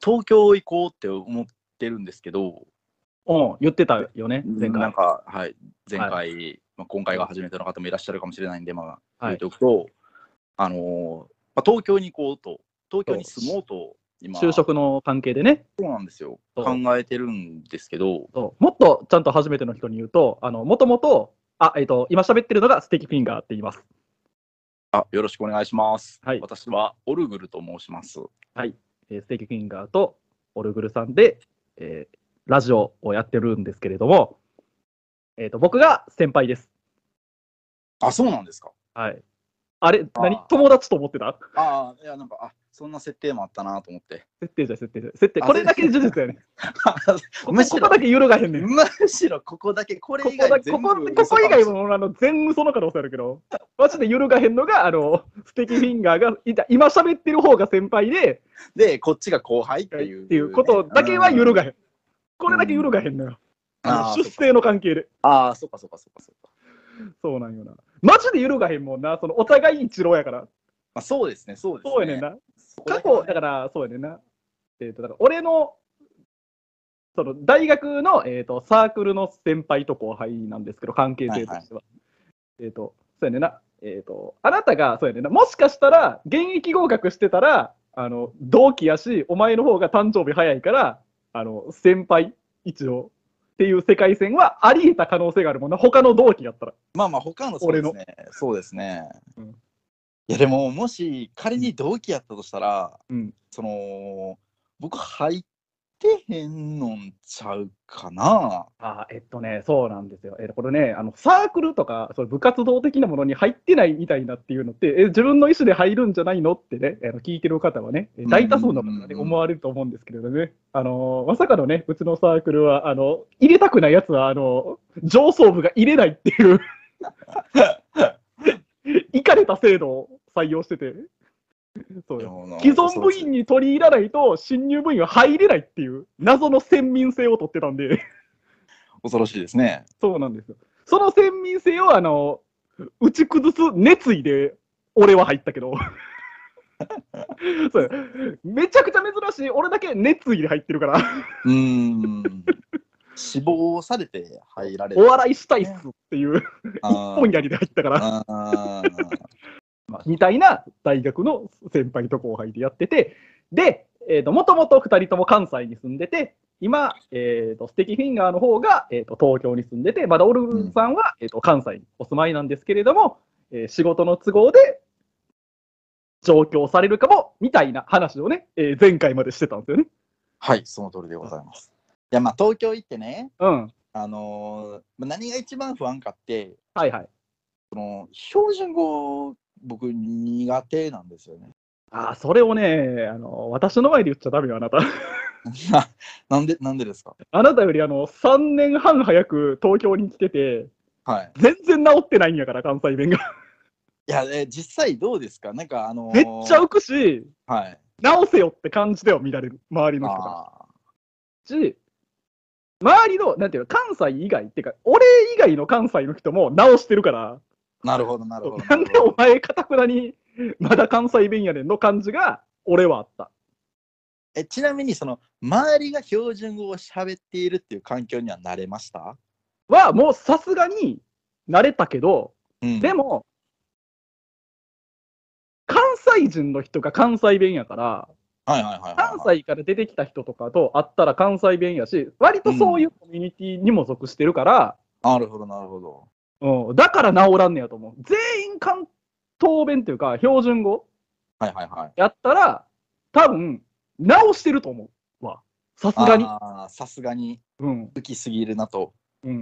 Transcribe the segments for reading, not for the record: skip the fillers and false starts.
東京行こうって思ってるんですけど、 言ってたよね、前回。 なんか、はい、前回、今回が初めての方もいらっしゃるかもしれないんで、言っておくと、東京に行こうと、東京に住もうと、今、 就職の関係でね。 そうなんですよ。考えてるんですけど、 もっとちゃんと初めての人に言うと、もともと、今喋ってるのがステキフィンガーって言います。 よろしくお願いします。 はい、 私はオルグルと申します。 はい、ステキフィンガーとオルグルさんで、ラジオをやってるんですけれども、僕が先輩です。 そうなんですか。 はい。あれ、友達と思ってた？ いや、なんか、そんな設定もあったなと思って。 設定。これだけ事実やね。 むしろここだけ揺るがへんねん。 むしろここだけ、これ以外全部ここ以外も全部その可能性あるけど、マジで揺るがへんのが、ステキフィンガーが、今喋ってる方が先輩で、こっちが後輩っていうことだけは揺るがへん。これだけ揺るがへんのよ。出世の関係で。 そっか。 そうなんよな。マジで揺るがへんもんな。お互い一郎やから。 そうですね。 そうやねんな。過去、だから、そうやねんな。だから俺の、大学の、サークルの先輩と後輩なんですけど、関係性としては。そうやねんな。あなたが、そうやねんな。もしかしたら、現役合格してたら、同期やし、お前の方が誕生日早いから、先輩、一応。っていう世界線はあり得た可能性があるもんな。他の同期やったら。 他のそうですね。いやでも、もし仮に同期やったとしたら、僕入ってへんのんちゃうかな。 そうなんですよ。これね、サークルとか、部活動的なものに入ってないみたいなっていうのって、自分の意思で入るんじゃないのってね、聞いてる方はね、大多数の方がね、思われると思うんですけれどね、まさかのね、うちのサークルは、入れたくないやつは、上層部が入れないっていう、いかれた制度を採用してて。既存部員に取り入らないと新入部員は入れないっていう謎の先民性を取ってたんで恐ろしいですね。 そうなんですよ。その先民性を打ち崩す熱意で俺は入ったけどそうめちゃくちゃ珍しい。俺だけ熱意で入ってるから志望されて入られた、 お笑いしたいっすっていう一本やりで入ったからみたいな大学の先輩と後輩でやってて、で、もともと2人とも関西に住んでて、今、ステキフィンガーの方が、東京に住んでて、まだオルグさんは、関西にお住まいなんですけれども、仕事の都合で上京されるかもみたいな話をね、前回までしてたんですよね。 はい、その通りでございます。いや、東京行ってね、 何が一番不安かって、標準語僕苦手なんですよね。 それをね、私の前で言っちゃダメよ、あなた。 なんでですか？ あなたより3年半早く東京に来てて、全然治ってないんやから、関西弁が。 いや、実際どうですか？なんかめっちゃ浮くし、直せよって感じでは見られる、周りの人が。周りの、なんていうの、関西以外っていうか、俺以外の関西の人も直してるから。 なるほど。なんでお前、かたくなに、まだ関西弁やねんの感じが、俺はあった。 ちなみに、周りが標準語を喋っているっていう環境には慣れました？ もうさすがに慣れたけど、でも、関西人の人が関西弁やから、関西から出てきた人とかと会ったら関西弁やし、割とそういうコミュニティにも属してるから、 なるほど。 だから治らんねやと思う。全員関東弁っていうか、標準語やったら、多分、直してると思うわ。さすがに。 さすがに、浮きすぎるなと。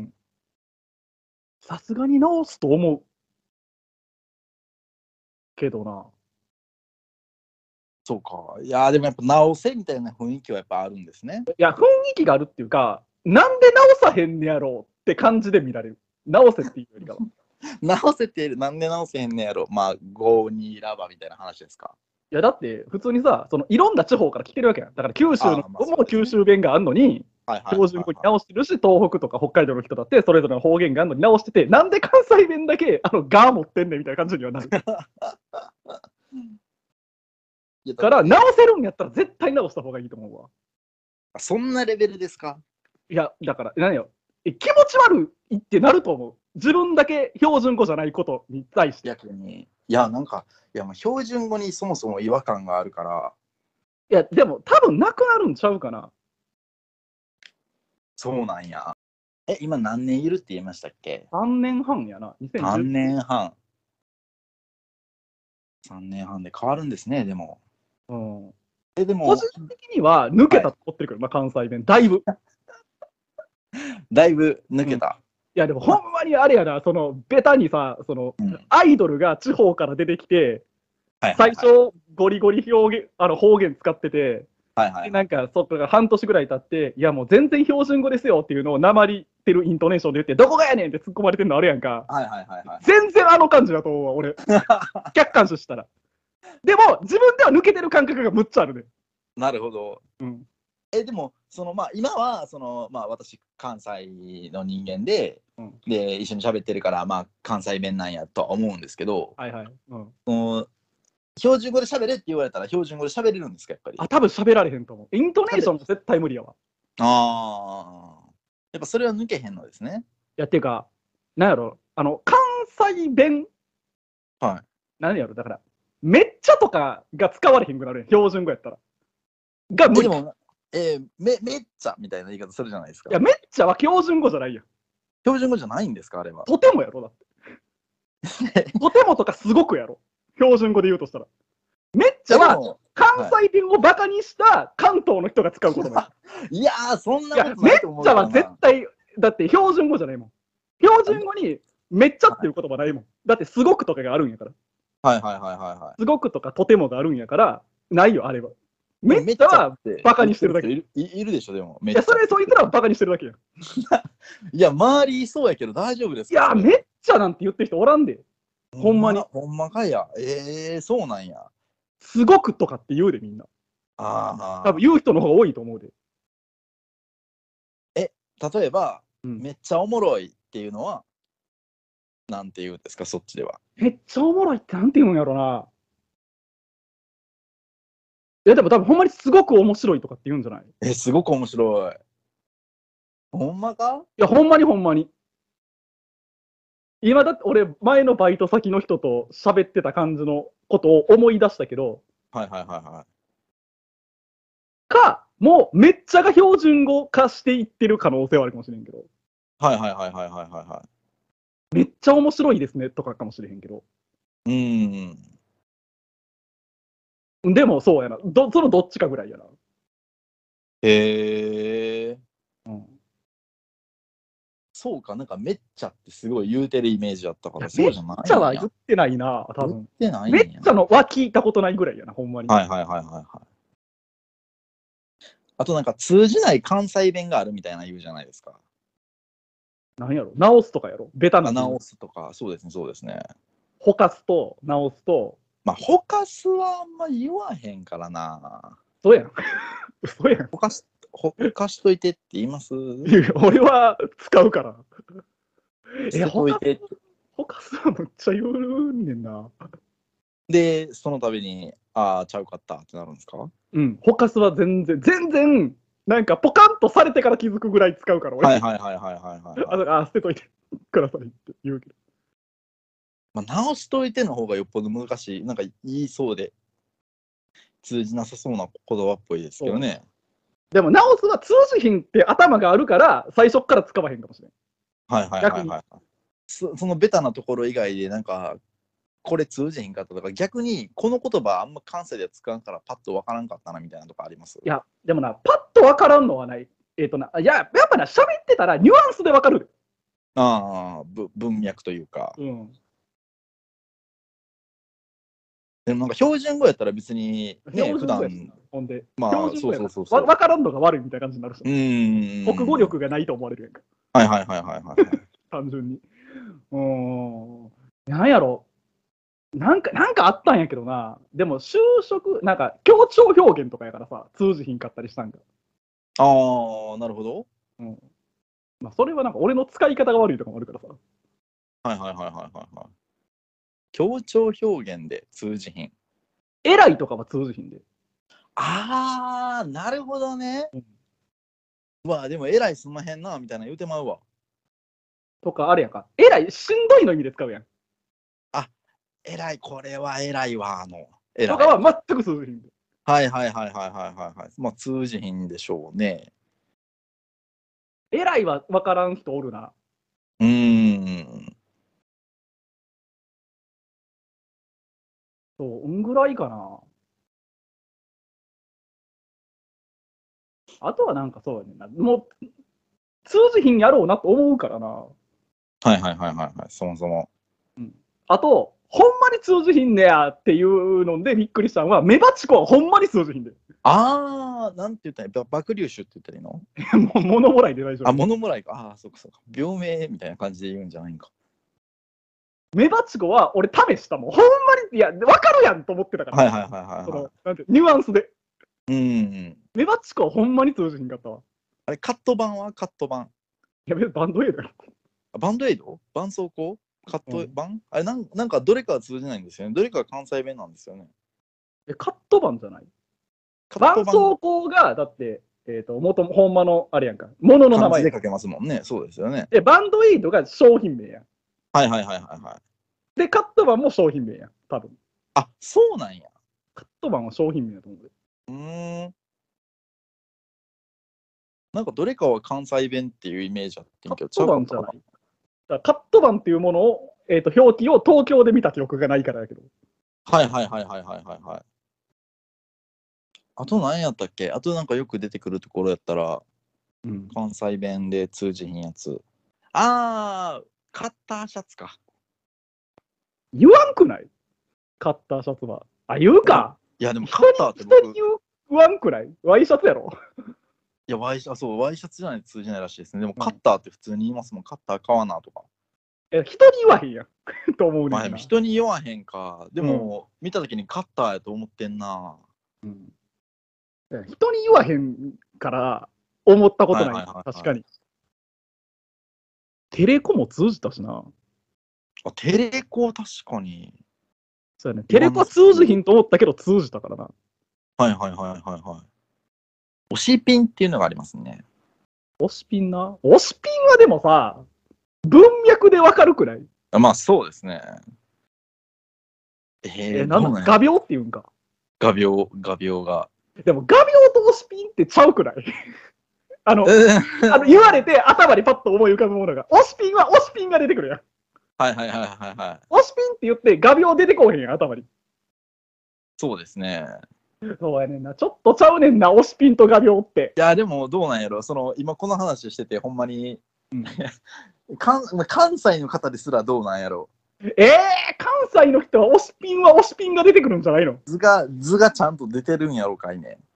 さすがに直すと思う。けどな。 そうか。いや、でもやっぱ直せみたいな雰囲気はやっぱあるんですね。 いや、雰囲気があるっていうか、なんで直さへんねやろうって感じで見られる。直せっていうよりかは。 直せてる、なんで直せへんねやろ。5-2ラバみたいな話ですか。 いや、だって、普通にさ、いろんな地方から来てるわけやん。だから九州の人も九州弁があるのに、標準語に直してるし、東北とか北海道の人だって、それぞれの方言があるのに直してて、なんで関西弁だけ、ガー持ってんねんみたいな感じにはなる。 から直せるんやったら絶対直した方がいいと思うわ。 そんなレベルですか？ いや、だから、何よ。気持ち悪いってなると思う。自分だけ標準語じゃないことに対して。 逆に。いや、なんか、いや、もう標準語にそもそも違和感があるから。 いや、でも多分なくなるんちゃうかな。 そうなんや。今何年いるって言いましたっけ ？3年半やな。 3年半。3年半で変わるんですね、でも。 うん。 でも、 個人的には抜けたと思ってるけど、関西弁、だいぶ。 だいぶ抜けた。 いや、でもほんまにあれやな、ベタにさ、アイドルが地方から出てきて、最初、ゴリゴリ方言使ってて、なんか、そこが半年ぐらい経って、いや、もう全然標準語ですよっていうのを、なまりてるイントネーションで言って、どこがやねんって突っ込まれてるのあるやんか。全然あの感じだと思うわ、俺。客観視したら。でも、自分では抜けてる感覚がむっちゃあるね。 なるほど。でも、今は、私、関西の人間で、で、一緒に喋ってるから、関西弁なんやとは思うんですけど、標準語で喋れって言われたら、標準語で喋れるんですか、やっぱり。 多分喋られへんと思う。イントネーションも絶対無理やわ。 やっぱそれは抜けへんのですね。 いや、っていうか、なんやろ、関西弁、なんやろ、だから、めっちゃとかが使われへんくなるやん、標準語やったら。が無理。 でも、めっちゃみたいな言い方するじゃないですか。 いや、めっちゃは標準語じゃないやん。 標準語じゃないんですか、あれは。 とてもやろ、だって。とてもとかすごくやろ。標準語で言うとしたら。めっちゃは関西弁をバカにした関東の人が使う言葉。 いやー、そんなことないと思う。めっちゃは絶対、だって標準語じゃないもん。標準語にめっちゃっていう言葉ないもん。だってすごくとかがあるんやから。すごくとかとてもがあるんやから、ないよ、あれは。めっちゃはバカにしてるだけ。 いるでしょ、でも。 いや、そいつらはバカにしてるだけやん。 いや、周りいそうやけど大丈夫ですか？ いや、めっちゃなんて言ってる人おらんで。ほんまに。 ほんまかいや。そうなんや。 すごくとかって言うで、みんな。多分言う人の方が多いと思うで。 例えば、めっちゃおもろいっていうのは、なんて言うんですか、そっちでは。 めっちゃおもろいってなんて言うんやろな。でも多分ほんまにすごく面白いとかって言うんじゃない？ すごく面白い。ほんまか？ いや、ほんまにほんまに。今だって俺、前のバイト先の人と喋ってた感じのことを思い出したけど、か、もうめっちゃが標準語化していってる可能性はあるかもしれんけど。めっちゃ面白いですねとかかもしれへんけど。でもそうやな。そのどっちかぐらいやな。 そうか、なんかめっちゃってすごい言うてるイメージだったから、 そうじゃない。めっちゃは言ってないな、多分。 言ってないめっちゃのは聞いたことないぐらいやな、ほんまに。 あとなんか通じない関西弁があるみたいな言うじゃないですか。 なんやろ、直すとかやろ、ベタな。 直すとか、そうですね、そうですね。 ほかすと直すと。 ほかすはあんま言わへんからな。 そうやん。嘘やん。 ほかしといてって言います？ 俺は使うから。 ほかすはめっちゃ言うんねんな。 で、その度に、ちゃうかったってなるんですか？ ほかすは全然、なんかポカンとされてから気づくぐらい使うから、 俺。 捨てといてくださいって言うけど。 直しといての方がよっぽど難しい。なんか言いそうで、通じなさそうな言葉っぽいですけどね。 でも直すは通じひんって頭があるから、最初から使わへんかもしれん。 そのベタなところ以外で、なんか、これ通じへんかったとか、逆にこの言葉あんま関西では使わんからパッとわからんかったなみたいなとかあります？ いや、でもな、パッとわからんのはない。やっぱな、喋ってたらニュアンスでわかる。 文脈というか。でもなんか標準語やったら別にね、普段ほんで、 そう分からんのが悪いみたいな感じになるし、国語力がないと思われるやんか。単純に。なんやろ、なんかあったんやけどな。でも就職、なんか強調表現とかやからさ、通じひんかったりしたんか。 なるほど。 それはなんか俺の使い方が悪いとかもあるからさ。 強調表現で通じひん。 偉いとかは通じひんで。 あー、なるほどね。うわ、でも偉いすんまへんな、みたいな言うてまうわ。 とかあるやんか。偉い、しんどいの意味で使うやん。 あ、偉い、これは偉いわ、偉い。 とかは全く通じひんで。 はいはいはいはいはいはいはい。まあ通じひんでしょうね。 偉いは分からん人おるな。そう、うんぐらいかな。あとはなんかそうやねんな。もう、通じひんやろうなと思うからな。 はいはいはいはいはい、そもそも。 あと、ほんまに通じひんねやっていうのでびっくりしたのは、メバチコはほんまに通じひんで。 あー、なんて言ったらいいの？爆粒種って言ったらいいの？ もう物もらいで大丈夫。 あ、物もらいか。ああ、そうかそうか。病名みたいな感じで言うんじゃないんか。 メバチコは俺試したもん。ほんまに、いや、わかるやんと思ってたから。 はいはいはいはい、はい。 なんてニュアンスで。 メバチコはほんまに通じひんかったわ。 あれ、カット版はカット版。 いや、別にバンドエイドやろ。 バンドエイド？絆創膏？カット版？あれなんかどれかは通じないんですよね。どれかは関西弁なんですよね。 カット版じゃない？絆創膏が、だって、ほんまのあれやんか。ものの名前。 漢字で書けますもんね。そうですよね。 で、バンドエイドが商品名やん。 はいはいはいはいはい。 で、カット版も商品名やん。多分。 あ、そうなんや。 カット版は商品名だと思うで。なんかどれかは関西弁っていうイメージあってんけど、 カット版じゃない。カット版っていうものを、表記を東京で見た記憶がないからやけど。 はいはいはいはいはいはいはい。あと何やったっけ？あとなんかよく出てくるところやったら、関西弁で通じひんやつ。あー、カッターシャツか。 言わんくない？カッターシャツは。あ、言うか。 いやでもカッターって僕。 人に言わんくない？ワイシャツやろ。 いや、ワイシャツじゃないと通じないらしいですね。でもカッターって普通に言いますもん。カッター買わなとか。 人に言わへんやん。と思うねんな。 人に言わへんか。でも、見たときにカッターやと思ってんな。 人に言わへんから思ったことない。確かに。テレコも通じたしな。 あ、テレコは確かに。 そうやね。テレコは通じひんと思ったけど通じたからな。 はいはいはいはいはい。推しピンっていうのがありますね。 推しピンな。推しピンはでもさ、文脈でわかるくらい？ まあそうですね。 なんだ、画鋲って言うんか。 画鋲が。 でも画鋲と推しピンってちゃうくらい？言われて頭にパッと思い浮かぶものが。推しピンは推しピンが出てくるやん。 はいはいはいはいはい。 推しピンって言って画鋲出てこうへんやん、頭に。 そうですね。 そうやねんな。ちょっとちゃうねんな、推しピンと画鋲って。 いや、でもどうなんやろ。今この話してて、ほんまに、関西の方ですらどうなんやろ。 関西の人は推しピンが出てくるんじゃないの？ 図がちゃんと出てるんやろかいね。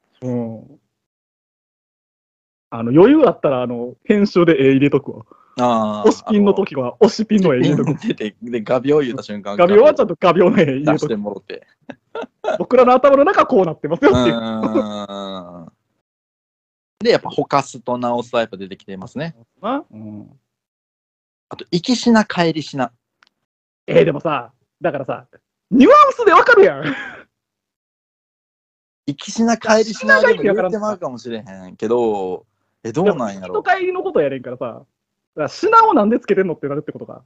余裕あったら、編集で入れとくわ。推しピンの時は、推しピンの絵入れとく。 で、画鋲言うた瞬間、 画鋲はちゃんと画鋲の絵入れとく。 出してもろて。 僕らの頭の中はこうなってますよっていう。 で、やっぱ、ほかすと直すとやっぱ出てきてますね。あと、行きしな、帰りしな。 でもさ、だからさ、ニュアンスでわかるやん。 行きしな、帰りしなでも言ってまうかもしれへんけど、どうなんやろ。 行きと帰りのことやれんからさ、品をなんでつけてんのってなるってことか。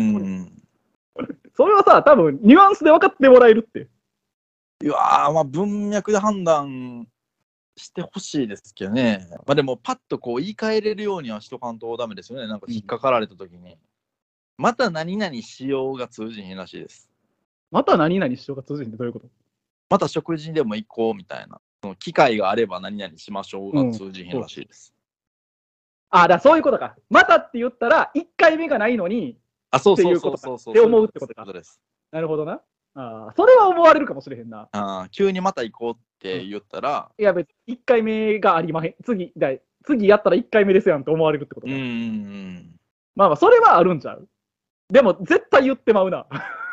それはさ、多分ニュアンスで分かってもらえるって。 いやー、まあ文脈で判断してほしいですけどね。まあでもパッとこう言い換えれるようにはしとかんとダメですよね。なんか引っかかられた時に。また何々しようが通じひんらしいです。 また何々しようが通じひんってどういうこと？ また食事でも行こうみたいな。その機会があれば何々しましょうが通じひんらしいです。 だそういうことか。またって言ったら1回目がないのにそうそうそうそうって思うってことか。なるほどな。それは思われるかもしれへんな。 急にまた行こうって言ったら、 いや別に1回目がありまへん。次やったら1回目ですやんって思われるってことか。まあそれはあるんちゃう。でも絶対言ってまうな。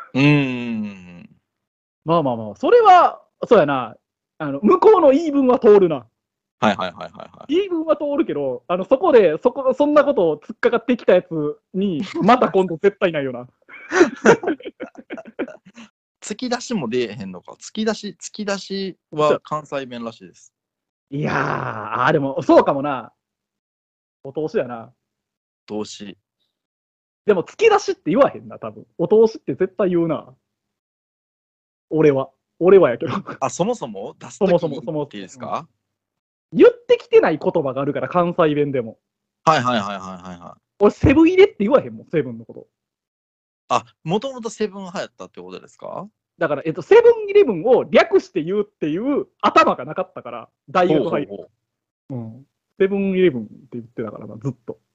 まあそれはそうやな。向こうの言い分は通るな。 はいはいはいはい。 言い分は通るけど、そこでそんなことを突っかかってきたやつにまた今度絶対ないよな。 突き出しも出えへんのか。突き出しは関西弁らしいです。 いやー、でも、そうかもな。お通しやな。 通し。 でも、突き出しって言わへんな、多分。お通しって絶対言うな。俺はやけど。 そもそも出すときに言っていいですか？ 言ってきてない言葉があるから、関西弁でも。 はい。 俺、セブン入れって言わへんもん、セブンのこと。 もともとセブン流行ったってことですか？ だから、セブンイレブンを略して言うっていう頭がなかったから、大学入る。セブンイレブンって言ってたからな、ずっと。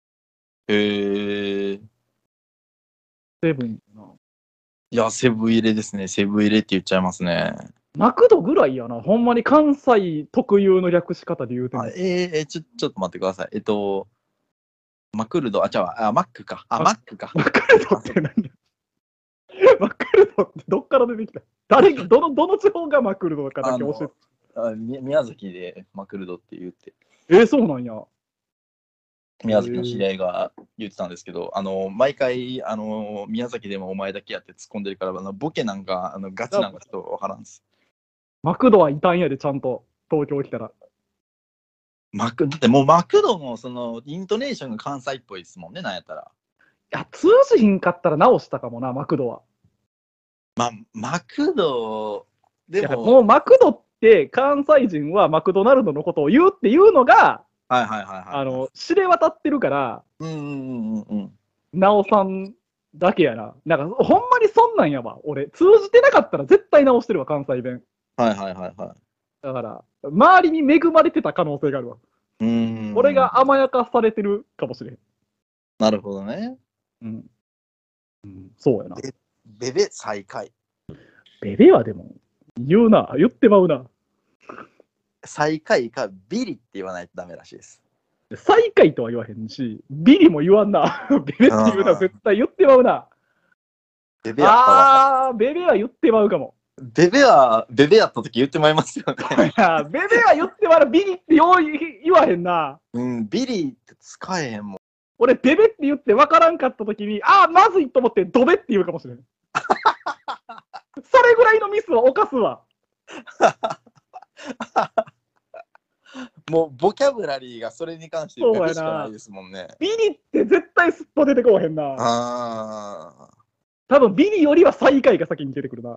へえ。 セブンな。 いや、セブン入れですね。セブン入れって言っちゃいますね。 マクドぐらいやな。ほんまに関西特有の略し方で言うても。 ちょっと待ってください。マクルド、マックか。マックか。 マクルドって何マクルドってどっから出てきた？どの地方がマクルドかだけ教えて。 宮崎でマクルドって言って。 そうなんや。 宮崎の知り合いが言ってたんですけど、毎回、宮崎でもお前だけやって突っ込んでるから、ボケなんか、ガチなんかちょっとわからんです。 マクドはいたんやで、ちゃんと、東京来たら。 だってもうマクドのそのイントネーションが関西っぽいですもんね、なんやったら。いや、通じひんかったら直したかもな、マクドは。 マクド、でも。 もうマクドって関西人はマクドナルドのことを言うっていうのが、知れ渡ってるから、なおさんだけやな。なんか、ほんまにそんなんやわ。俺、通じてなかったら絶対直してるわ、関西弁。だから、周りに恵まれてた可能性があるわ。俺が甘やかされてるかもしれん。 なるほどね。 そうやな。 ベベ最下位。 ベベはでも、言ってまうな。 最下位かビリって言わないとダメらしいです。 最下位とは言わへんし、ビリも言わんな。ベベって言うのは絶対言ってまうな。ベベやったわ。ベベは言ってまうかも。 ベベやった時言ってまいますよね。 ベベは言ってまうな。ビリって言わへんな。 ビリって使えへんもん。 俺、ベベって言って分からんかった時に、まずいと思ってドベって言うかもしれん。それぐらいのミスは犯すわ。 もうボキャブラリーがそれに関してベベしかないですもんね。 ビリって絶対すっと出てこうへんな。多分ビリよりは最下位が先に出てくるな。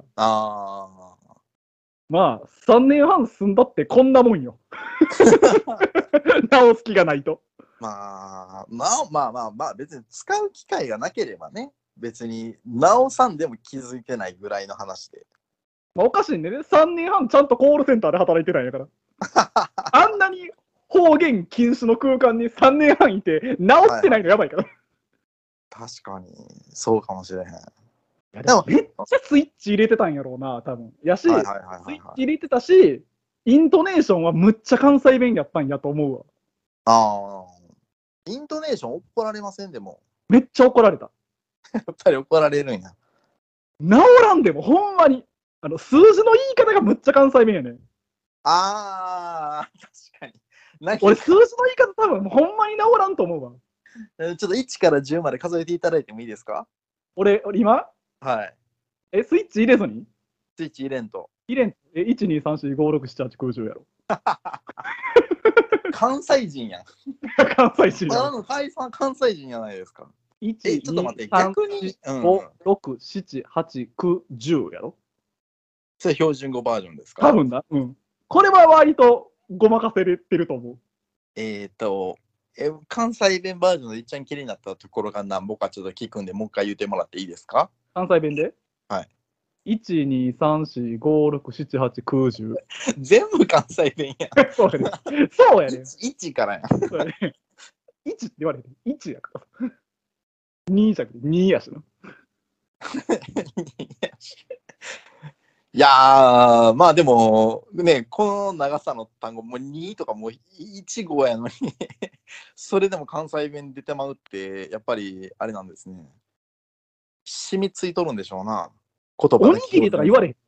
まあ、3年半住んだってこんなもんよ。直す気がないと。 まあ、別に使う機会がなければね、別に直さんでも気づいてないぐらいの話で。 おかしいんでね、3年半ちゃんとコールセンターで働いてたんやから。あんなに方言禁止の空間に3年半いて、直ってないのやばいから。 確かに、そうかもしれへん。 でもめっちゃスイッチ入れてたんやろうな、多分。やし、スイッチ入れてたし、イントネーションはむっちゃ関西弁やったんやと思うわ。イントネーション怒られませんでも。 めっちゃ怒られた。 やっぱり怒られるんや。 治らんでも、ほんまに。数字の言い方がむっちゃ関西弁やねん。 確かに。 俺、数字の言い方多分、ほんまに治らんと思うわ。 ちょっと1から10まで数えていただいてもいいですか？ 俺今はい。 スイッチ入れずに？ スイッチ入れんと。 1、2、3、4、5、6、7、8、9、10やろ。 関西人やん。 関西人やん。関西人じゃないですか。 1、 ちょっと待って、逆に。 5、6、7、8、9、10やろ。 それ標準語バージョンですか？ 多分な。これは割とごまかせれてると思う。 関西弁バージョンで一番気になったところが何ぼかちょっと聞くんで、もう一回言ってもらっていいですか？ 関西弁で？ はい。 1、2、3、4、5、6、7、8、9、10。 全部関西弁や。 そうやね。そうやね。 1からや。 そうやね。1って言われて、1やから。2じゃなくて2やしな。 いやー、まあでもね、この長さの単語もう2とかもう1号やのにそれでも関西弁出てまうってやっぱりあれなんですね。染みついとるんでしょうな。 言葉おにぎりとか言われへん。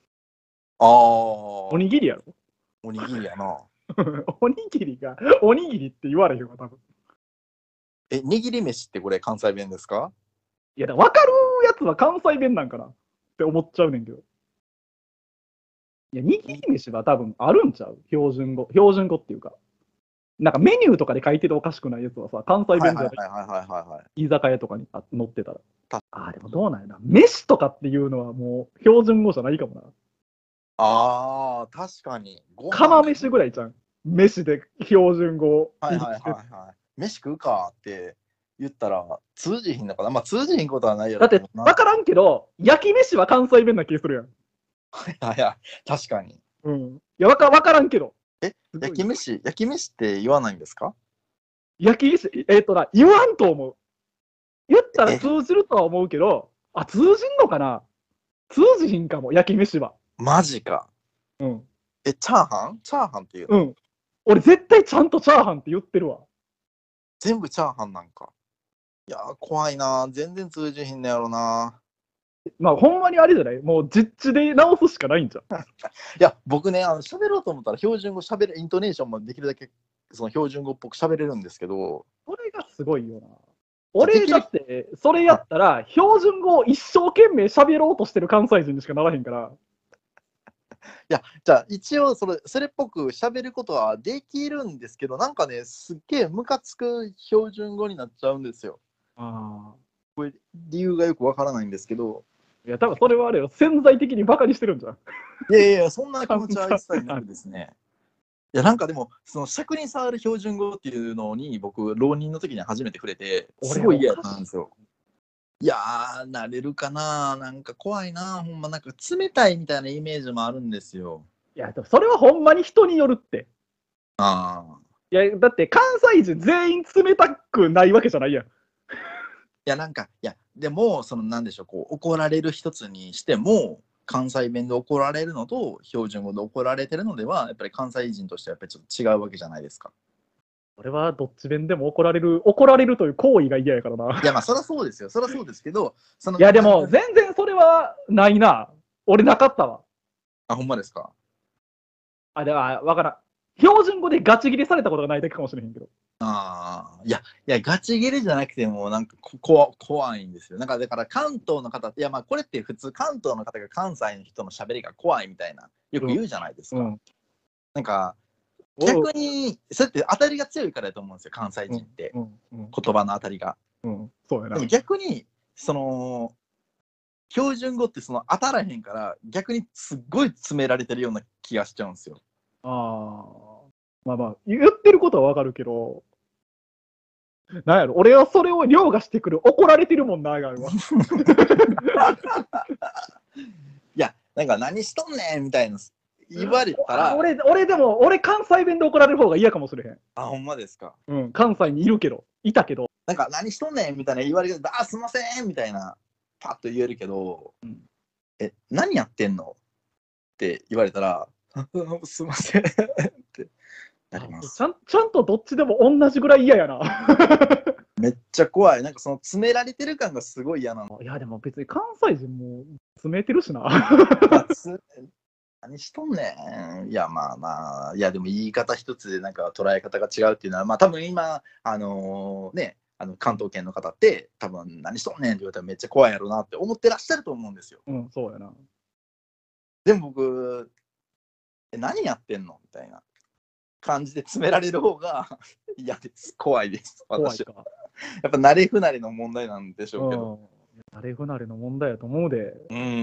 おにぎりやろ。 おにぎりやな。 おにぎりがおにぎりって言われへんわ多分。 握り飯ってこれ関西弁ですか？ いや、分かるやつは関西弁なんかな。 って思っちゃうねんけど。いや、握り飯は多分あるんちゃう？標準語。標準語っていうか。なんかメニューとかで書いてるおかしくないやつはさ、関西弁じゃない居酒屋とかに載ってたら。ああ、でもどうなんやな。飯とかっていうのはもう標準語じゃないかもな。 ああ、確かに。 釜飯ぐらいじゃん。飯で標準語。 飯食うかって言ったら通じひんのかな。まあ通じひんことはないやろ。だって分からんけど、焼き飯は関西弁な気するやん。 いや、確かに。 うん。いや、分からんけど。 焼き飯って言わないんですか？ 焼き飯、言わんと思う。言ったら通じるとは思うけど、通じんのかな？通じひんかも、焼き飯は。 マジか。 うん。 チャーハンって言うの？うん。俺絶対ちゃんとチャーハンって言ってるわ。 全部チャーハンなんか。いやー、怖いな。全然通じひんのやろな。 まあ、ほんまにあれじゃない？もう実地で直すしかないんじゃん。 いや、僕ね、喋ろうと思ったら標準語喋る、イントネーションもできるだけその標準語っぽく喋れるんですけど。 それがすごいよな。俺だって、それやったら、標準語を一生懸命喋ろうとしてる関西人にしかならへんから。 いや、じゃあ一応それっぽく喋ることはできるんですけど、なんかね、すっげえムカつく標準語になっちゃうんですよ。これ理由がよくわからないんですけど。 いや、多分それはあれよ、潜在的にバカにしてるんじゃん。 いや、そんな気持ちは一切なくですね。いや、なんかでも、その尺に触る標準語っていうのに、僕、浪人の時に初めて触れて、すごい嫌なんですよ。いやー、慣れるかな、なんか怖いな、ほんま、なんか冷たいみたいなイメージもあるんですよ。 いや、でもそれはほんまに人によるって。いや、だって関西人全員冷たくないわけじゃないやん。 いや、なんか、でも、なんでしょう、怒られる一つにしても、関西弁で怒られるのと標準語で怒られてるのでは、やっぱり関西人としてはやっぱりちょっと違うわけじゃないですか。 俺はどっち弁でも怒られるという行為が嫌やからな。 いや、まあ、そりゃそうですよ。そりゃそうですけど、 いや、でも、全然それはないな。俺なかったわ。 ほんまですか？ では、わからん。標準語でガチ切れされたことがないだけかもしれへんけど。 いや、ガチ切れじゃなくても、なんか怖いんですよ。なんか、だから関東の方って、いや、まあ、これって普通、関東の方が関西の人の喋りが怖いみたいな、よく言うじゃないですか。なんか、逆に、そうやって当たりが強いからだと思うんですよ、関西人って。言葉の当たりが。 そうやな。 でも逆に、標準語って当たらへんから、逆にすっごい詰められてるような気がしちゃうんですよ。 まあまあ、言ってることはわかるけど、なんやろ、俺はそれを凌駕してくる、怒られてるもんな、あがんわ。 いや、なんか何しとんねんみたいな言われたら。 俺関西弁で怒られる方が嫌かもしれへん。 ほんまですか？ うん、関西にいたけど。 なんか何しとんねんみたいな言われて、すいませんみたいな、パッと言えるけど、何やってんのって言われたら、すいませんってなります。 ちゃんとどっちでも同じぐらい嫌やな。 めっちゃ怖い。なんか詰められてる感がすごい嫌なの。 いやでも別に関西人も詰めてるしな。 何しとんねん。いやまあ、いやでも言い方一つでなんか捉え方が違うっていうのは、まあ多分今関東圏の方って多分何しとんねんって言われたらめっちゃ怖いやろうなって思ってらっしゃると思うんですよ。 そうやな。でも僕何やってんのみたいな感じで詰められる方が嫌です。怖いです。私は。やっぱ慣れ不慣れの問題なんでしょうけど。 慣れ不慣れの問題やと思うで。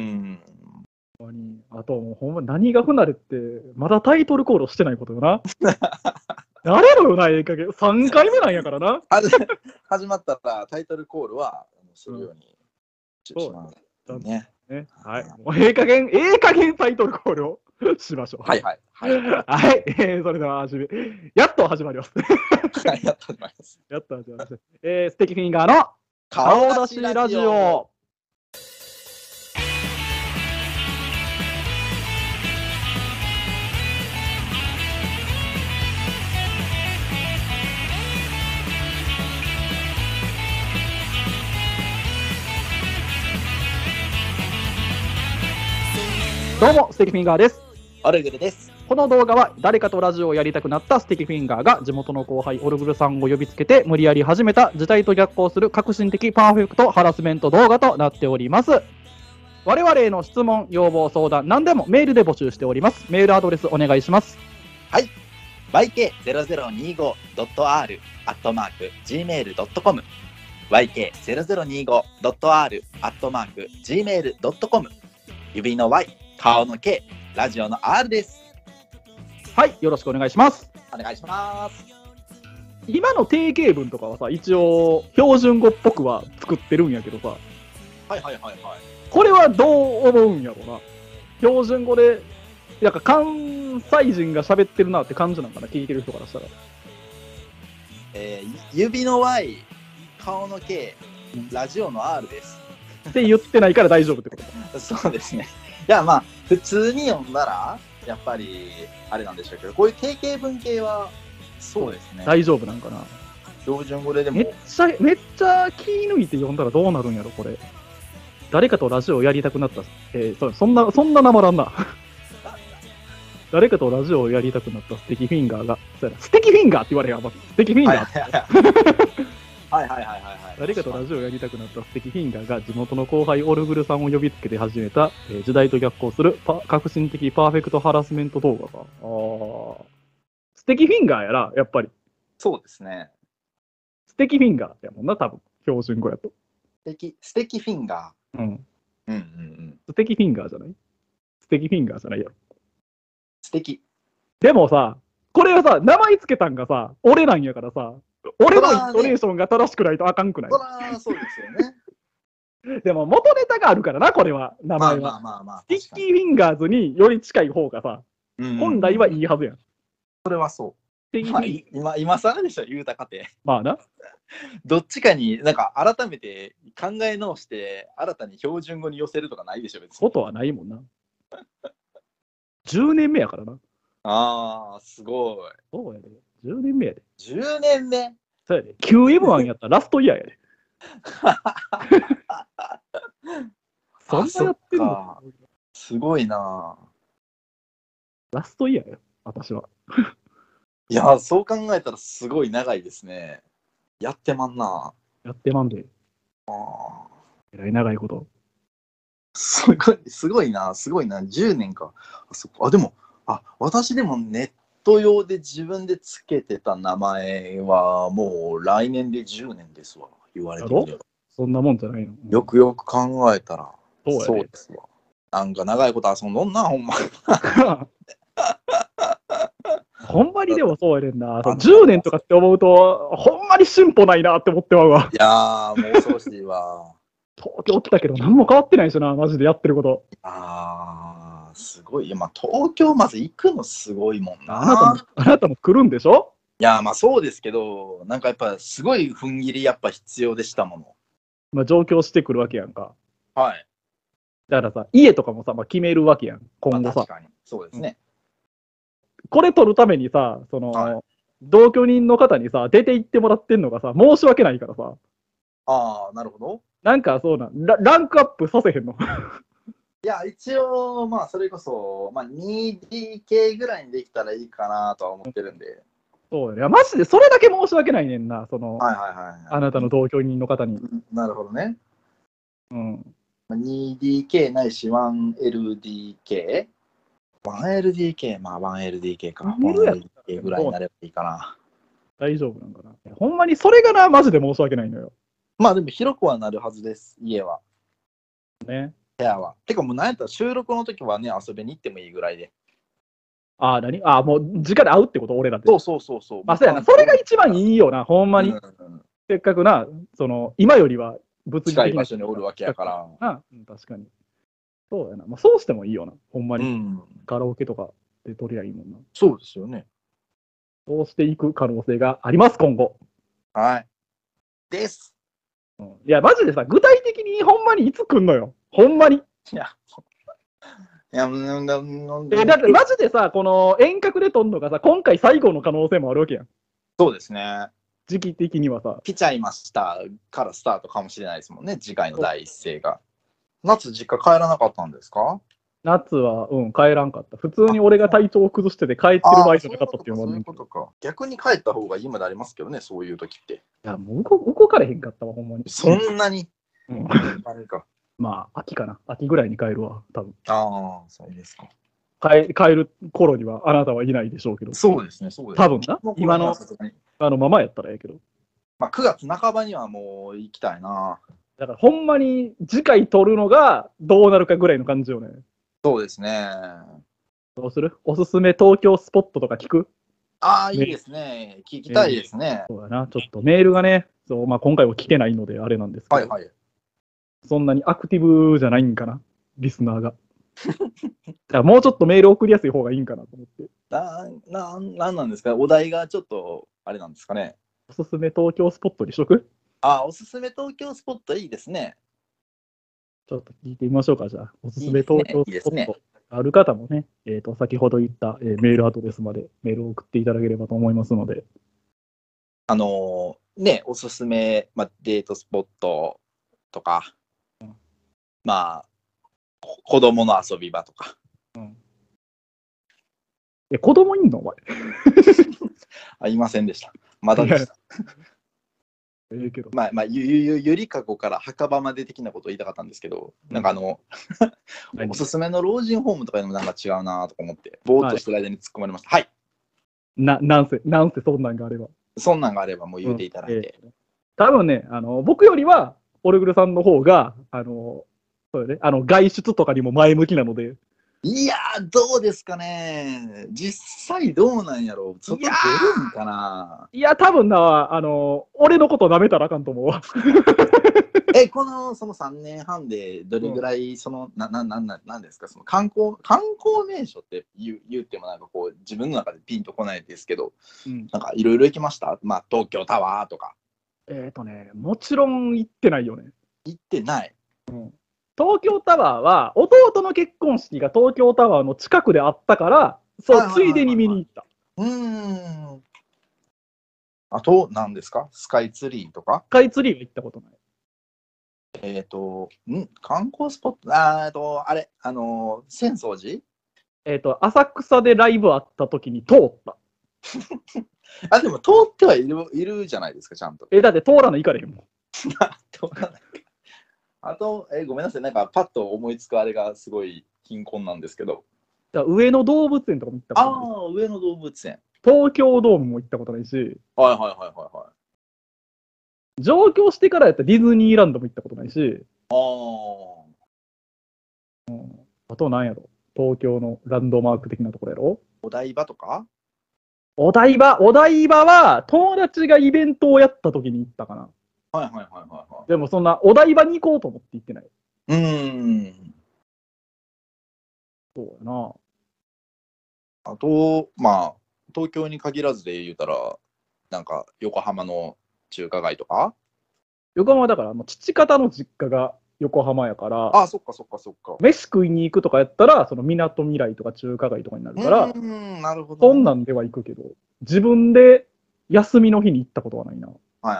あともうほんま何が不慣れってまだタイトルコールしてないことよな。慣れろよな、3回目なんやからな。 始まったらタイトルコールはするようにしますね。 はい。もうええ加減タイトルコールをしましょう。 はい。 それではやっと始まります。 やっと始まります。 ステキフィンガーの顔出しラジオ。どうも、ステキフィンガーです。 オルグルです。 この動画は誰かとラジオをやりたくなったステキフィンガーが地元の後輩オルグルさんを呼びつけて無理やり始めた時代と逆行する革新的パーフェクトハラスメント動画となっております。 我々への質問、要望、相談、何でもメールで募集しております。メールアドレスお願いします。 はい。yk0025.r@gmail.com yk0025.r@gmail.com 指の Y、顔の K、ラジオの R です。 はい、よろしくお願いします。 お願いします。 今の定型文とかはさ、一応標準語っぽくは作ってるんやけどさ。 はいはいはいはい。 これはどう思うんやろな。標準語で、なんか関西人が喋ってるなって感じなんかな、聞いてる人からしたら。 指の Y、顔の K、ラジオの R です。 って言ってないから大丈夫ってこと。 そうですね。いやまあ普通に読んだらやっぱりあれなんでしょうけど、こういう定型文系はそうですね。 大丈夫なんかな。 標準語でもめっちゃ気抜いて読んだらどうなるんやろこれ。誰かとラジオやりたくなった。そんななまらんな。誰かとラジオをやりたくなったステキフィンガーが、ステキフィンガーって言われやばステキフィンガー。 はいはいはいはいはい。 誰かとラジオをやりたくなったステキフィンガーが地元の後輩オルグルさんを呼びつけて始めた、時代と逆行する革新的パーフェクトハラスメント動画か。ステキフィンガーやな、やっぱり。 そうですね。 ステキフィンガーやもんな、多分標準語やと。 ステキフィンガー。うん。ステキフィンガーじゃない？ステキフィンガーじゃないやろ。 素敵。 でもさ、これはさ、名前つけたんがさ、俺なんやからさ、俺のイントネーションが正しくないとあかんくない？ そうですよね。 でも元ネタがあるからな、これは、名前は。スティッキーフィンガーズにより近い方がさ、本来はいいはずやん。 それはそう。今更でしょ、言うたかて。 まあな。 どっちかになんか改めて考え直して新たに標準語に寄せるとかないでしょ、別に。 ことはないもんな。10年目やからな。 ああ、すごい。 そうやで。10年目やで。 10年目？ そうやで。9M1 やったらラストイヤーやで。そんなやってんの？ すごいな。 ラストイヤーや、私は。 いや、そう考えたらすごい長いですね。やってまんな。 やってまんで。えらい長いこと。 すごいな、10年か。でも、私でもネット用で自分でつけてた名前はもう来年で10年ですわ、言われてみれば。 そんなもんじゃないの？ よくよく考えたら、 そうですわ。なんか長いこと遊んどんな、ほんま。 ほんまにでもそうやねんな。10年とかって思うと、ほんまに進歩ないなって思ってまうわ。 いやー、もう恐ろしいわ。 東京来たけど何も変わってないしな、マジでやってること。 すごい。いや、まあ、東京まず行くのすごいもんな。 あなたも来るんでしょ？ いや、まあそうですけど、なんかやっぱすごい踏ん切りやっぱ必要でしたもの。 まあ上京してくるわけやんか。 はい。 だからさ、家とかもさ、決めるわけやん、今後さ。 確かに。そうですね。 これ取るためにさ、同居人の方にさ、出て行ってもらってんのがさ、申し訳ないからさ。 なるほど。 なんかそうな、ランクアップさせへんの？ いや、一応、まあ、それこそ、まあ、2DK ぐらいにできたらいいかなとは思ってるんで。 そうやね。マジでそれだけ申し訳ないねんな、 あなたの同居人の方に。 なるほどね。 うん。 2DK ないし 1LDK？1LDK、まあ 1LDK か。1LDK ぐらいになればいいかな。 大丈夫なんかな。ほんまにそれがな、マジで申し訳ないのよ。 まあでも広くはなるはずです、家は。 ね。 部屋は。てかもう何やったら収録の時はね、遊びに行ってもいいぐらいで。 もう直で会うってこと？俺らって。 そう。 そうやな。それが一番いいよな、ほんまに。せっかくな、今よりは物理的に近い場所におるわけやから。 確かに。そうやな。そうしてもいいよな、ほんまに。カラオケとかで撮りゃいいもんな。 そうですよね。 そうしていく可能性があります、今後。 はい。です。 いや、マジでさ、具体的にほんまにいつ来んのよ。ほんまに。だってマジでさ、この遠隔で撮んのがさ、今回最後の可能性もあるわけやん。 そうですね。 時期的にはさ。 来ちゃいましたからスタートかもしれないですもんね、次回の第一声が。夏、実家帰らなかったんですか？ 夏は、帰らんかった。普通に俺が体調を崩してて帰ってる場合じゃなかったっていうのもそういうことか。逆に帰った方がいいまでありますけどね、そういう時って。 いや、もう動かれへんかったわ、ほんまに。 そんなに。あれか。 まあ、秋かな。秋ぐらいに帰るわ、多分。 ああ、そうですか。 帰る頃にはあなたはいないでしょうけど。 そうですね、そうです多分な。今のままやったらええけど。 まあ、9月半ばにはもう行きたいな。 だからほんまに次回撮るのがどうなるかぐらいの感じよね。 そうですね。 どうする？おすすめ東京スポットとか聞く？ ああ、いいですね。聞きたいですね。 そうだな。ちょっとメールがね、そう、まあ、今回は聞けないのであれなんですけど、 はいはい。 そんなにアクティブじゃないんかな、リスナーが。もうちょっとメール送りやすい方がいいんかなと思って。 なんなんですか？お題がちょっと、あれなんですかね。 おすすめ東京スポットにしとく？ あ、おすすめ東京スポットいいですね。 ちょっと聞いてみましょうか、じゃあ。おすすめ東京スポット。ある方もね、先ほど言った、メールアドレスまでメールを送っていただければと思いますので。 ね、おすすめ、デートスポットとか、まあ、子供の遊び場とか。 子供いんのお前。 いませんでした。まだでした。 けどゆりかごから墓場まで的なことを言いたかったんですけど、なんかおすすめの老人ホームとかでもなんか違うなとか思って、ぼーっとしてる間に突っ込まれました。はい。 なんせそんなんがあれば。 そんなんがあればもう言うていただいて。 多分ね、僕よりは、オルグルさんの方が、そうね、外出とかにも前向きなので。 いやー、どうですかね。実際どうなんやろう。外出るんかな。 いや、多分な、俺のこと舐めたらあかんと思うわ。 その3年半でどれぐらい、なんですか、その観光名所って言ってもなんかこう、自分の中でピンとこないですけど、なんかいろいろ行きました？まあ、東京タワーとか。 もちろん行ってないよね。 行ってない。 東京タワーは、弟の結婚式が東京タワーの近くであったから、そう、ついでに見に行った。 あと、何ですか？スカイツリーとか？ スカイツリーは行ったことない。 観光スポット、あれ、浅草寺？ 浅草でライブあった時に通った。 でも通ってはいるじゃないですか、ちゃんと。 だって通らないかれへんもん。 通らない。あと、ごめんなさい、なんかパッと思いつくあれがすごい貧困なんですけど。 上野動物園とかも行ったことない。 上野動物園。 東京ドームも行ったことないし。上京してからやったらディズニーランドも行ったことないし。あと何やろ？東京のランドマーク的なところやろ？ お台場とか？ お台場は友達がイベントをやった時に行ったかな。でもそんなお台場に行こうと思って行ってない。そうやな。 あと、まあ、東京に限らずで言うたら、なんか横浜の中華街とか？ 横浜だから、父方の実家が横浜やから、 そっか。 飯食いに行くとかやったら、そのみなとみらいとか中華街とかになるから、 なるほど、 そんなんでは行くけど、自分で休みの日に行ったことはないな。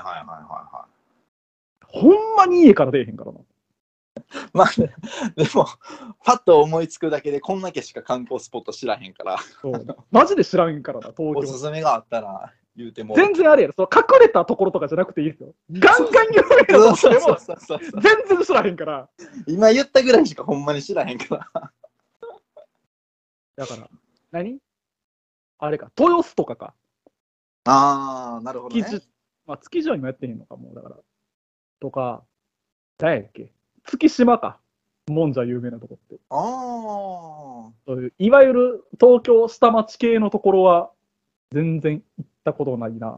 ほんまに家から出えへんからな。 まあ、でも、パッと思いつくだけで、こんだけしか観光スポット知らへんから。 マジで知らんからな、東京。 おすすめがあったら言うても。 全然あれやろ、隠れたところとかじゃなくていいですよ。ガンガン有名なところでも、全然知らへんから。 今言ったぐらいしかほんまに知らへんから。 だから、あれか、豊洲とかか。 なるほどね。 築地は今やってへんのか、もうだから。とか、誰やっけ？月島か。もんじゃ有名なとこって。そういういわゆる東京下町系のところは全然行ったことないな。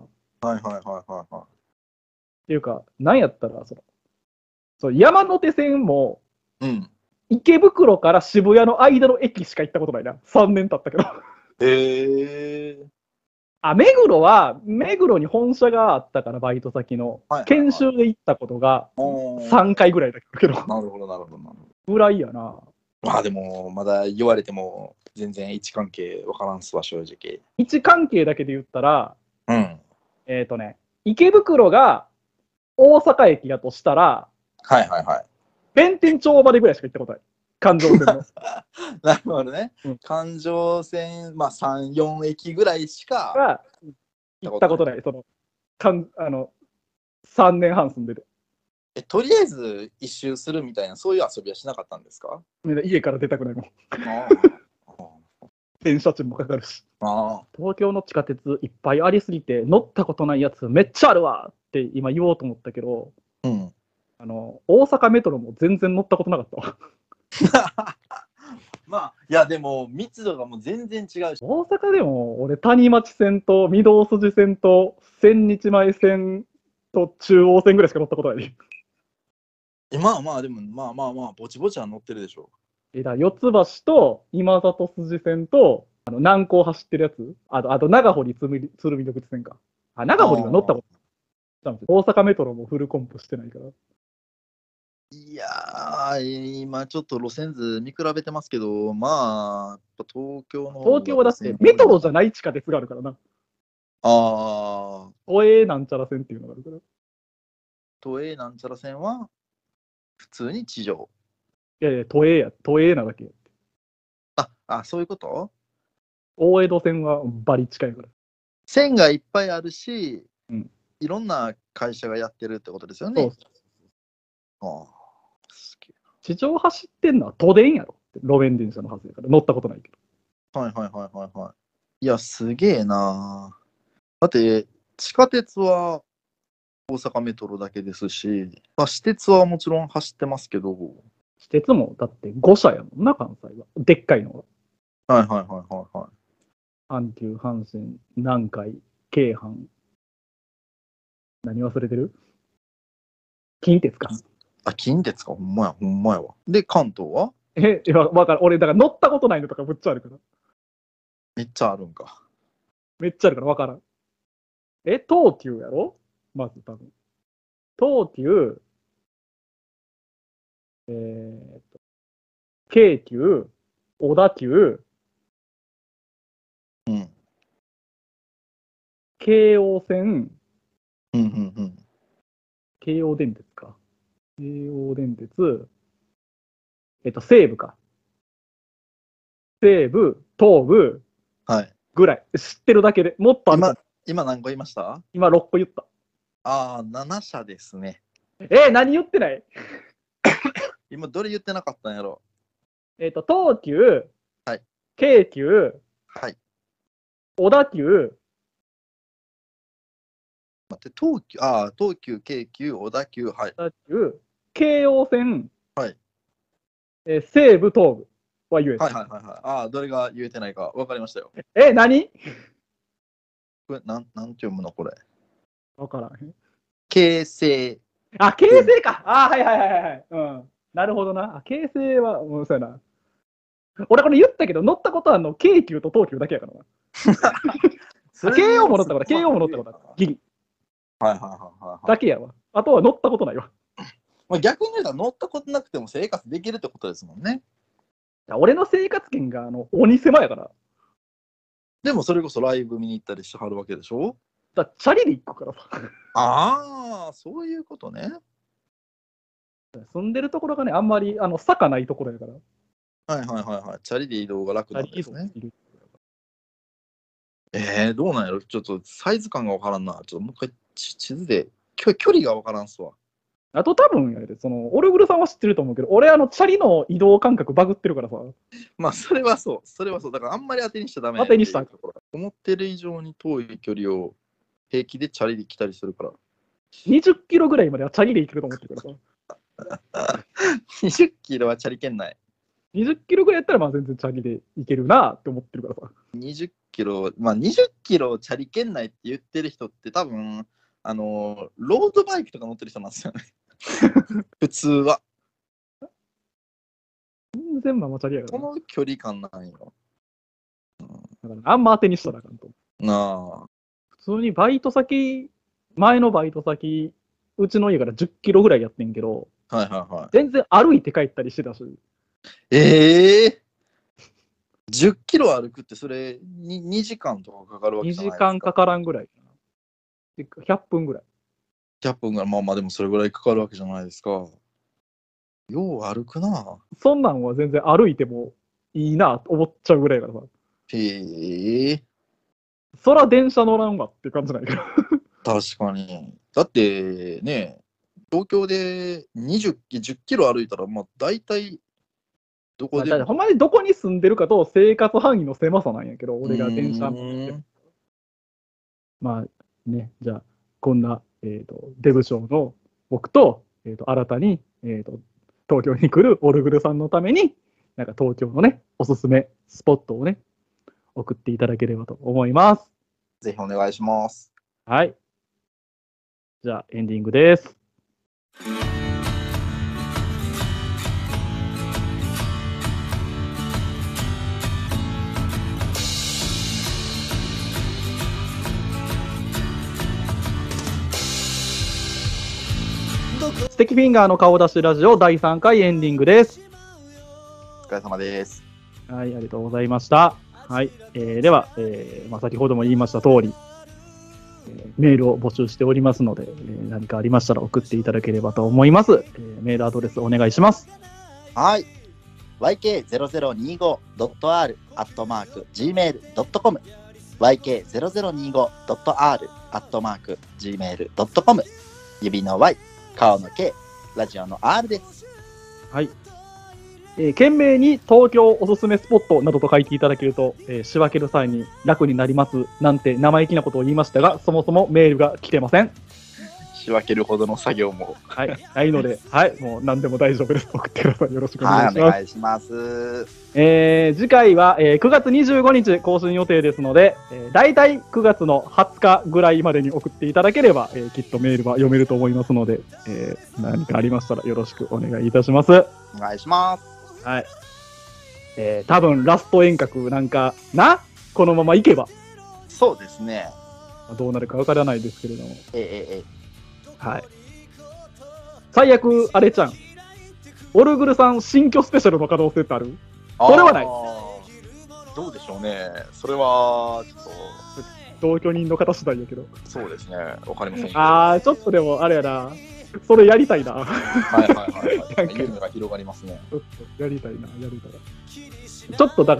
っていうか、なんやったら、山手線も、池袋から渋谷の間の駅しか行ったことないな。3年経ったけど。目黒に本社があったから、バイト先の。研修で行ったことが3回ぐらいだけど。 なるほど。 ぐらいやな。 でも、まだ言われても、全然位置関係わからんすわ、正直。 位置関係だけで言ったら、池袋が大阪駅だとしたら、弁天町までぐらいしか行ったことない。環状線の。 なるほどね。環状線、3、4駅ぐらいしか行ったことない。3年半住んでて。 とりあえず一周するみたいな、そういう遊びはしなかったんですか？ 家から出たくないもん。 あ電車賃もかかるし。 あ。 東京の地下鉄いっぱいありすぎて、乗ったことないやつめっちゃあるわって今言おうと思ったけど、 うん。 大阪メトロも全然乗ったことなかったわ。 まあ、いや、でも、密度がもう全然違うし。 大阪でも、俺、谷町線と御堂筋線と千日前線と中央線ぐらいしか乗ったことない。 まあまあ、でも、まあまあまあ、ぼちぼちは乗ってるでしょだ四ツ橋と今里筋線と、南港走ってるやつ、あと長堀鶴見緑地線か。長堀は乗ったことない。大阪メトロもフルコンプしてないから。 いやー、今ちょっと路線図見比べてますけど、まあ、東京の方が東京はだってメトロじゃない地下鉄があるからな。 ああ。 都営なんちゃら線っていうのがあるから。 都営なんちゃら線は普通に地上。 いやいや、都営なだけ。 そういうこと？ 大江戸線はバリ近いから。 線がいっぱいあるし、 うん、 いろんな会社がやってるってことですよね。 そうああ。 地上走ってんのは都電やろ。路面電車のはずやから乗ったことないけど。はいはいはいはいはい。いや、すげえな。だって、地下鉄は大阪メトロだけですし、私鉄はもちろん走ってますけど。 私鉄もだって5社やもんな、関西は。でっかいのは。はいはいはいはいはい。 阪急、阪神、南海、京阪。何忘れてる？近鉄か。 近鉄か、ほんまや、ほんまやわ。で、関東は？ わかる。俺、だから乗ったことないのとかぶっちゃあるから。 めっちゃあるんか。 めっちゃあるからわからん。東急やろまず多分。東急、京急、小田急、 うん。 京王線、 うんうんうん。 京王電鉄か。京王電鉄、西武か。西武、東武、 はい。 ぐらい。知ってるだけで。もっとあるか今何個言いました？ 今6個言った。 7社ですね。 何言ってない？ 今どれ言ってなかったんやろ？ 東急、 はい。 京急、 はい。 小田急、 待って、東急、京急、小田急、はい。 小田急、京王線、 はい。 西武、東武は言えた。 はいはいはいはい。どれが言えてないか分かりましたよ。 何？ これ、なんて読むのこれ。 分からん。 京成。 京成か。はいはいはいはい。うん。なるほどな。京成は、そうやな。俺これ言ったけど、乗ったことは京急と東急だけやからな。京王も乗ったこと、京王も乗ったことある。ギリ。 はいはいはいはい。 だけやわ。あとは乗ったことないわ。 逆に言うと乗ったことなくても生活できるってことですもんね。 俺の生活圏が鬼狭やから。 でもそれこそライブ見に行ったりしてはるわけでしょ？ チャリで行くからさ。そういうことね。 住んでるところがね、あんまり坂ないところやから。 はいはいはいはい。チャリで移動が楽なんですね。どうなんやろ？ちょっとサイズ感がわからんな。ちょっともう一回地図で距離がわからんすわ。 あと多分やで、オルグルさんは知ってると思うけど、俺チャリの移動感覚バグってるからさ。 まあそれはそう。だからあんまり当てにしちゃダメ。 当てにした思ってる以上に遠い距離を平気でチャリで来たりするから。 20キロぐらいまではチャリで行けると思ってるからさ。20キロはチャリ圏内。 20キロぐらいやったらまあ全然チャリで行けるなって思ってるからさ。 20キロ、20キロチャリ圏内って言ってる人って多分、ロードバイクとか乗ってる人なんですよね。普通は。 全然ママチャリやから。 この距離感なんよ。 だからあんま当てにしたらあかんと。普通に前のバイト先、うちの家から10キロぐらいやってんけど、全然歩いて帰ったりしてたし。 10キロ歩くってそれ2時間とかかかるわけじゃないですか。 2時間かからんぐらい。100分ぐらい。 100分ぐらい。まあでもそれぐらいかかるわけじゃないですか。よう歩くな。 そんなんは全然歩いてもいいなと思っちゃうぐらいからさ。そら電車乗らんわって感じないから。 確かに。だってね、 東京で10キロ歩いたら、まあ大体どこでも。 ほんまにどこに住んでるかと生活範囲の狭さなんやけど、俺が電車乗って。まあね、じゃあ、こんな、デブ賞の僕と、新たに、東京に来るオルグルさんのために、なんか東京のね、おすすめスポットをね、送っていただければと思います。 ぜひお願いします。 はい。じゃあ、エンディングです。ステキフィンガーの顔出しラジオ第3回エンディングです。 お疲れ様です。 はい、ありがとうございました。はい、では、先ほども言いました通り、メールを募集しておりますので、何かありましたら送っていただければと思います。メールアドレスお願いします。 はい。yk0025.r@gmail.com yk0025.r@gmail.com 指の Y、顔の K、ラジオの R です。 はい。懸命に東京おすすめスポットなどと書いていただけると、仕分ける際に楽になりますなんて生意気なことを言いましたが、そもそもメールが来てません。 仕分けるほどの作業もはい、ないので、はい、もう何でも大丈夫です。送ってください。よろしくお願いします。はい、お願いします。次回は、9月25日更新予定ですので、だいたい9月の20日ぐらいまでに送っていただければ、きっとメールは読めると思いますので、何かありましたらよろしくお願いいたします。お願いします。 はい。多分ラスト遠隔なんかな、このままいけば。 そうですね。 どうなるかわからないですけれども。はい。最悪、あれちゃん。オルグルさん新居スペシャルの可能性ってある？それはない。 どうでしょうね。それは、ちょっと。同居人の方次第やけど。 そうですね。わかりません。 ちょっとでも、あれやな。それやりたいな。 はいはいはいはい。夢が広がりますね。 ちょっとやりたいな、やりたい。ちょっとだから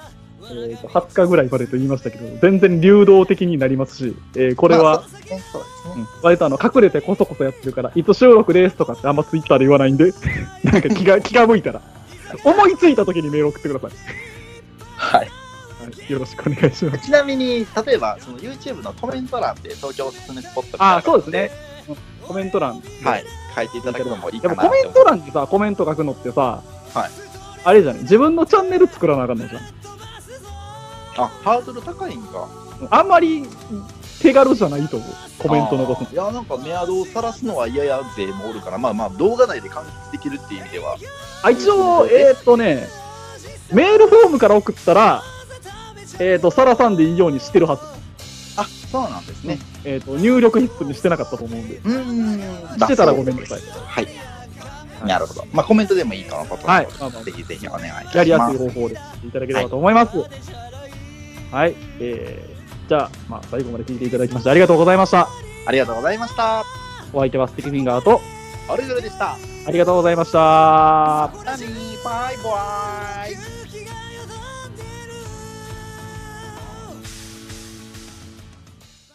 、20日ぐらいまでと言いましたけど、全然流動的になりますし、これは、割と隠れてこそこそやってるから、いつ収録ですとかってあんまツイッターで言わないんで、なんか気が向いたら、思いついた時にメール送ってください。 はい。 よろしくお願いします。 ちなみに、例えば、その YouTube のコメント欄で東京おすすめスポットそうですね。コメント欄。 はい。書いていただくのもいいかな。 でもコメント欄にさ、コメント書くのってさ、 はい。 あれじゃね、自分のチャンネル作らなあかんのじゃん。 ハードル高いんか。 あんまり手軽じゃないと思う、コメント残すの。 いや、なんかメアドを晒すのは嫌や勢もおるから、まあ動画内で完結できるっていう意味では。 一応、メールフォームから送ったら、晒さんでいいようにしてるはず。 そうなんですね。 入力必須にしてなかったと思うんで。してたらごめんなさい。 はい。なるほど。まあコメントでもいいかなと思います。ぜひぜひお願いします。 やりやすい方法でいただければと思います。はい。じゃあ、最後まで聞いていただきましてありがとうございました。 ありがとうございました。 お相手はスティキフィンガーとオルグルでした。 ありがとうございました。 バイバイ。